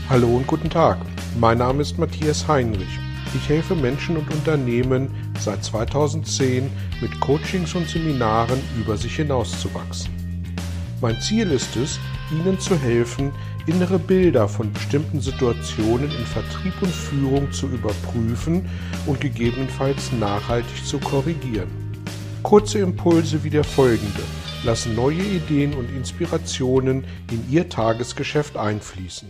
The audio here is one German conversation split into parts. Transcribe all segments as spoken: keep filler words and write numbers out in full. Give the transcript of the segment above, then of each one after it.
Hallo und guten Tag, mein Name ist Matthias Heinrich. Ich helfe Menschen und Unternehmen seit zweitausendzehn mit Coachings und Seminaren über sich hinauszuwachsen. Mein Ziel ist es, Ihnen zu helfen, innere Bilder von bestimmten Situationen in Vertrieb und Führung zu überprüfen und gegebenenfalls nachhaltig zu korrigieren. Kurze Impulse wie der folgende lassen neue Ideen und Inspirationen in Ihr Tagesgeschäft einfließen.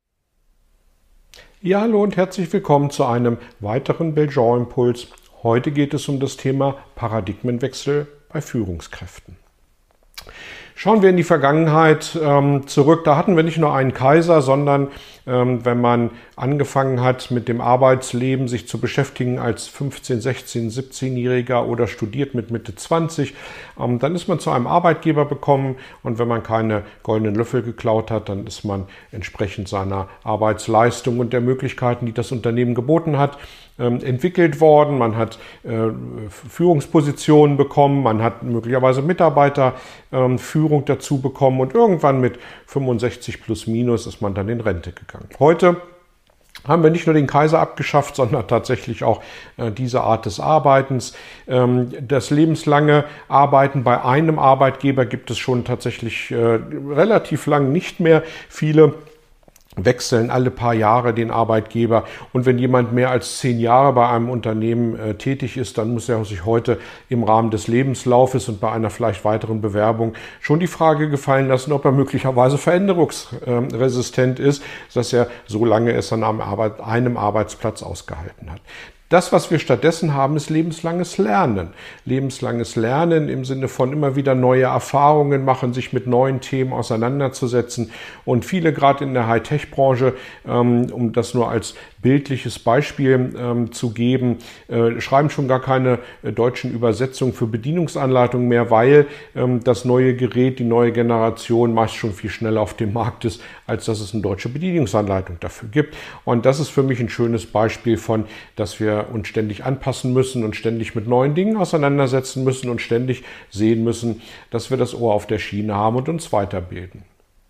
Ja, hallo und herzlich willkommen zu einem weiteren Belgian-Impuls. Heute geht es um das Thema Paradigmenwechsel bei Führungskräften. Schauen wir in die Vergangenheit ähm, zurück. Da hatten wir nicht nur einen Kaiser, sondern ähm, wenn man angefangen hat, mit dem Arbeitsleben sich zu beschäftigen als fünfzehn-, sechzehn-, siebzehnjähriger oder studiert mit Mitte zwanzig, ähm, dann ist man zu einem Arbeitgeber gekommen und wenn man keine goldenen Löffel geklaut hat, dann ist man entsprechend seiner Arbeitsleistung und der Möglichkeiten, die das Unternehmen geboten hat, entwickelt worden, man hat äh, Führungspositionen bekommen, man hat möglicherweise Mitarbeiterführung ähm, dazu bekommen und irgendwann mit fünfundsechzig plus minus ist man dann in Rente gegangen. Heute haben wir nicht nur den Kaiser abgeschafft, sondern tatsächlich auch äh, diese Art des Arbeitens. Ähm, das lebenslange Arbeiten bei einem Arbeitgeber gibt es schon tatsächlich äh, relativ lang nicht mehr. Viele wechseln alle paar Jahre den Arbeitgeber und wenn jemand mehr als zehn Jahre bei einem Unternehmen äh, tätig ist, dann muss er sich heute im Rahmen des Lebenslaufes und bei einer vielleicht weiteren Bewerbung schon die Frage gefallen lassen, ob er möglicherweise veränderungsresistent ist, dass er so lange es an einem, Arbeit, einem Arbeitsplatz ausgehalten hat. Das, was wir stattdessen haben, ist lebenslanges Lernen. Lebenslanges Lernen im Sinne von immer wieder neue Erfahrungen machen, sich mit neuen Themen auseinanderzusetzen. Und viele, gerade in der Hightech-Branche, ähm, um das nur als bildliches Beispiel ähm, zu geben, äh, schreiben schon gar keine äh, deutschen Übersetzungen für Bedienungsanleitungen mehr, weil ähm, das neue Gerät, die neue Generation meist schon viel schneller auf dem Markt ist, als dass es eine deutsche Bedienungsanleitung dafür gibt. Und das ist für mich ein schönes Beispiel von, dass wir uns ständig anpassen müssen und ständig mit neuen Dingen auseinandersetzen müssen und ständig sehen müssen, dass wir das Ohr auf der Schiene haben und uns weiterbilden.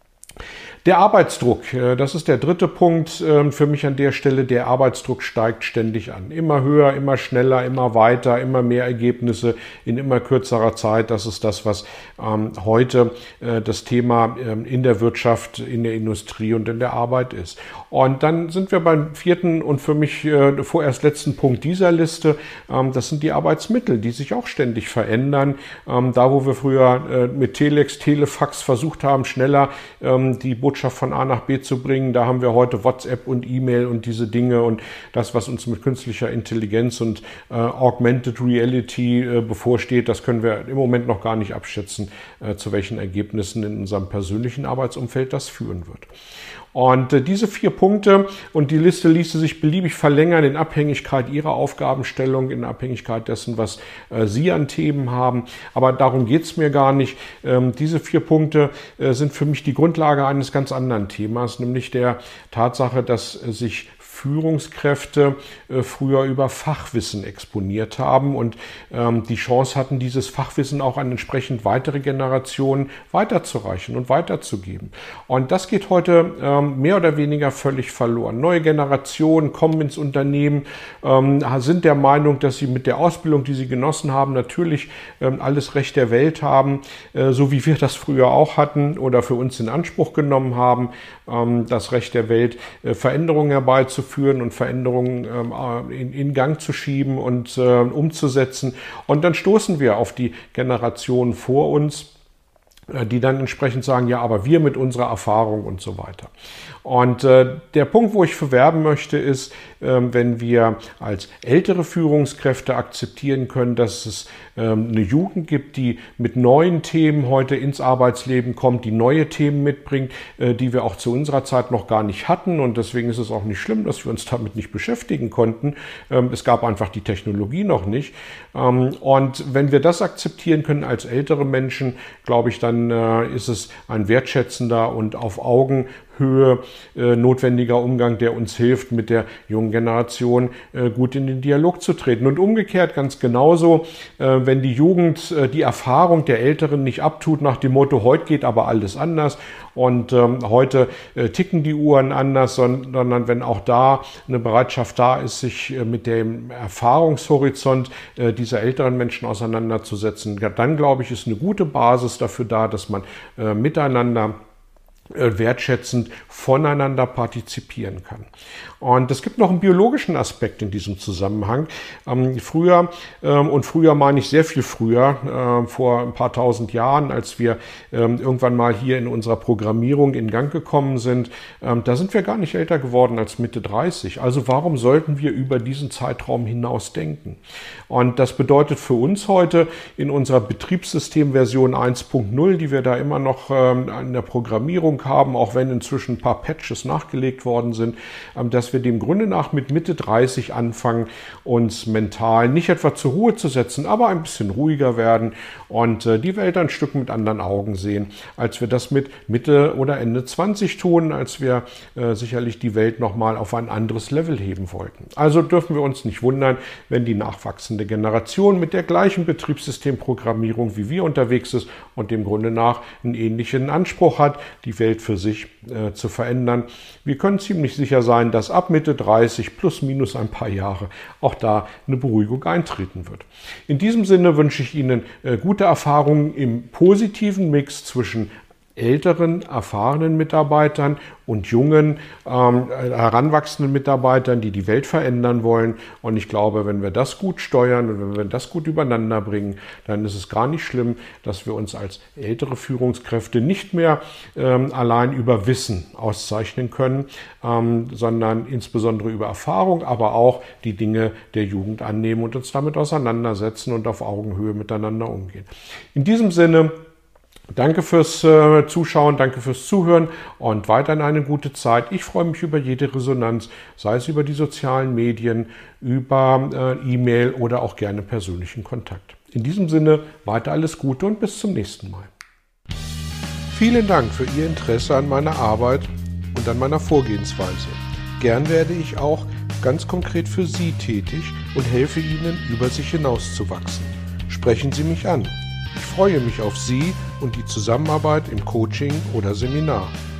Der Arbeitsdruck, das ist der dritte Punkt für mich an der Stelle. Der Arbeitsdruck steigt ständig an. Immer höher, immer schneller, immer weiter, immer mehr Ergebnisse in immer kürzerer Zeit. Das ist das, was heute das Thema in der Wirtschaft, in der Industrie und in der Arbeit ist. Und dann sind wir beim vierten und für mich vorerst letzten Punkt dieser Liste. Das sind die Arbeitsmittel, die sich auch ständig verändern. Da, wo wir früher mit Telex, Telefax versucht haben, schneller die Botschaft von A nach B zu bringen. Da haben wir heute WhatsApp und E-Mail und diese Dinge und das, was uns mit künstlicher Intelligenz und äh, Augmented Reality äh, bevorsteht, das können wir im Moment noch gar nicht abschätzen, äh, zu welchen Ergebnissen in unserem persönlichen Arbeitsumfeld das führen wird. Und äh, diese vier Punkte und die Liste ließe sich beliebig verlängern in Abhängigkeit Ihrer Aufgabenstellung, in Abhängigkeit dessen, was äh, Sie an Themen haben. Aber darum geht's mir gar nicht. Ähm, diese vier Punkte äh, sind für mich die Grundlage eines ganz anderen Themas, nämlich der Tatsache, dass äh, sich Führungskräfte äh, früher über Fachwissen exponiert haben und ähm, die Chance hatten, dieses Fachwissen auch an entsprechend weitere Generationen weiterzureichen und weiterzugeben. Und das geht heute ähm, mehr oder weniger völlig verloren. Neue Generationen kommen ins Unternehmen, ähm, sind der Meinung, dass sie mit der Ausbildung, die sie genossen haben, natürlich ähm, alles Recht der Welt haben, äh, so wie wir das früher auch hatten oder für uns in Anspruch genommen haben, ähm, das Recht der Welt, äh, Veränderungen herbeizuführen und Veränderungen ähm, in, in Gang zu schieben und äh, umzusetzen. Und dann stoßen wir auf die Generationen vor uns, äh, die dann entsprechend sagen, ja, aber wir mit unserer Erfahrung und so weiter. Und äh, der Punkt, wo ich für werben möchte, ist, äh, wenn wir als ältere Führungskräfte akzeptieren können, dass es äh, eine Jugend gibt, die mit neuen Themen heute ins Arbeitsleben kommt, die neue Themen mitbringt, äh, die wir auch zu unserer Zeit noch gar nicht hatten. Und deswegen ist es auch nicht schlimm, dass wir uns damit nicht beschäftigen konnten. Ähm, es gab einfach die Technologie noch nicht. Ähm, und wenn wir das akzeptieren können als ältere Menschen, glaube ich, dann äh, ist es ein wertschätzender und auf Augenhöhe äh, notwendiger Umgang, der uns hilft, mit der jungen Generation äh, gut in den Dialog zu treten. Und umgekehrt ganz genauso, äh, wenn die Jugend äh, die Erfahrung der Älteren nicht abtut nach dem Motto, heute geht aber alles anders Und ähm, heute äh, ticken die Uhren anders, sondern wenn auch da eine Bereitschaft da ist, sich äh, mit dem Erfahrungshorizont äh, dieser älteren Menschen auseinanderzusetzen, dann glaube ich, ist eine gute Basis dafür da, dass man äh, miteinander wertschätzend voneinander partizipieren kann. Und es gibt noch einen biologischen Aspekt in diesem Zusammenhang. Ähm, früher, ähm, und früher meine ich sehr viel früher, äh, vor ein paar tausend Jahren, als wir ähm, irgendwann mal hier in unserer Programmierung in Gang gekommen sind, ähm, da sind wir gar nicht älter geworden als Mitte dreißig. Also warum sollten wir über diesen Zeitraum hinaus denken? Und das bedeutet für uns heute in unserer Betriebssystemversion eins Punkt null, die wir da immer noch ähm, in der Programmierung haben, auch wenn inzwischen ein paar Patches nachgelegt worden sind, dass wir dem Grunde nach mit Mitte dreißig anfangen, uns mental nicht etwa zur Ruhe zu setzen, aber ein bisschen ruhiger werden und die Welt ein Stück mit anderen Augen sehen, als wir das mit Mitte oder Ende zwanzig tun, als wir äh, sicherlich die Welt nochmal auf ein anderes Level heben wollten. Also dürfen wir uns nicht wundern, wenn die nachwachsende Generation mit der gleichen Betriebssystemprogrammierung wie wir unterwegs ist und dem Grunde nach einen ähnlichen Anspruch hat, die Welt für sich äh, zu verändern. Wir können ziemlich sicher sein, dass ab Mitte dreißig plus minus ein paar Jahre auch da eine Beruhigung eintreten wird. In diesem Sinne wünsche ich Ihnen äh, gute Erfahrungen im positiven Mix zwischen älteren, erfahrenen Mitarbeitern und jungen, ähm, heranwachsenden Mitarbeitern, die die Welt verändern wollen. Und ich glaube, wenn wir das gut steuern und wenn wir das gut übereinander bringen, dann ist es gar nicht schlimm, dass wir uns als ältere Führungskräfte nicht mehr ähm, allein über Wissen auszeichnen können, ähm, sondern insbesondere über Erfahrung, aber auch die Dinge der Jugend annehmen und uns damit auseinandersetzen und auf Augenhöhe miteinander umgehen. In diesem Sinne, danke fürs äh, Zuschauen, danke fürs Zuhören und weiterhin eine gute Zeit. Ich freue mich über jede Resonanz, sei es über die sozialen Medien, über äh, E-Mail oder auch gerne persönlichen Kontakt. In diesem Sinne weiter alles Gute und bis zum nächsten Mal. Vielen Dank für Ihr Interesse an meiner Arbeit und an meiner Vorgehensweise. Gern werde ich auch ganz konkret für Sie tätig und helfe Ihnen, über sich hinauszuwachsen. Sprechen Sie mich an. Ich freue mich auf Sie und die Zusammenarbeit im Coaching oder Seminar.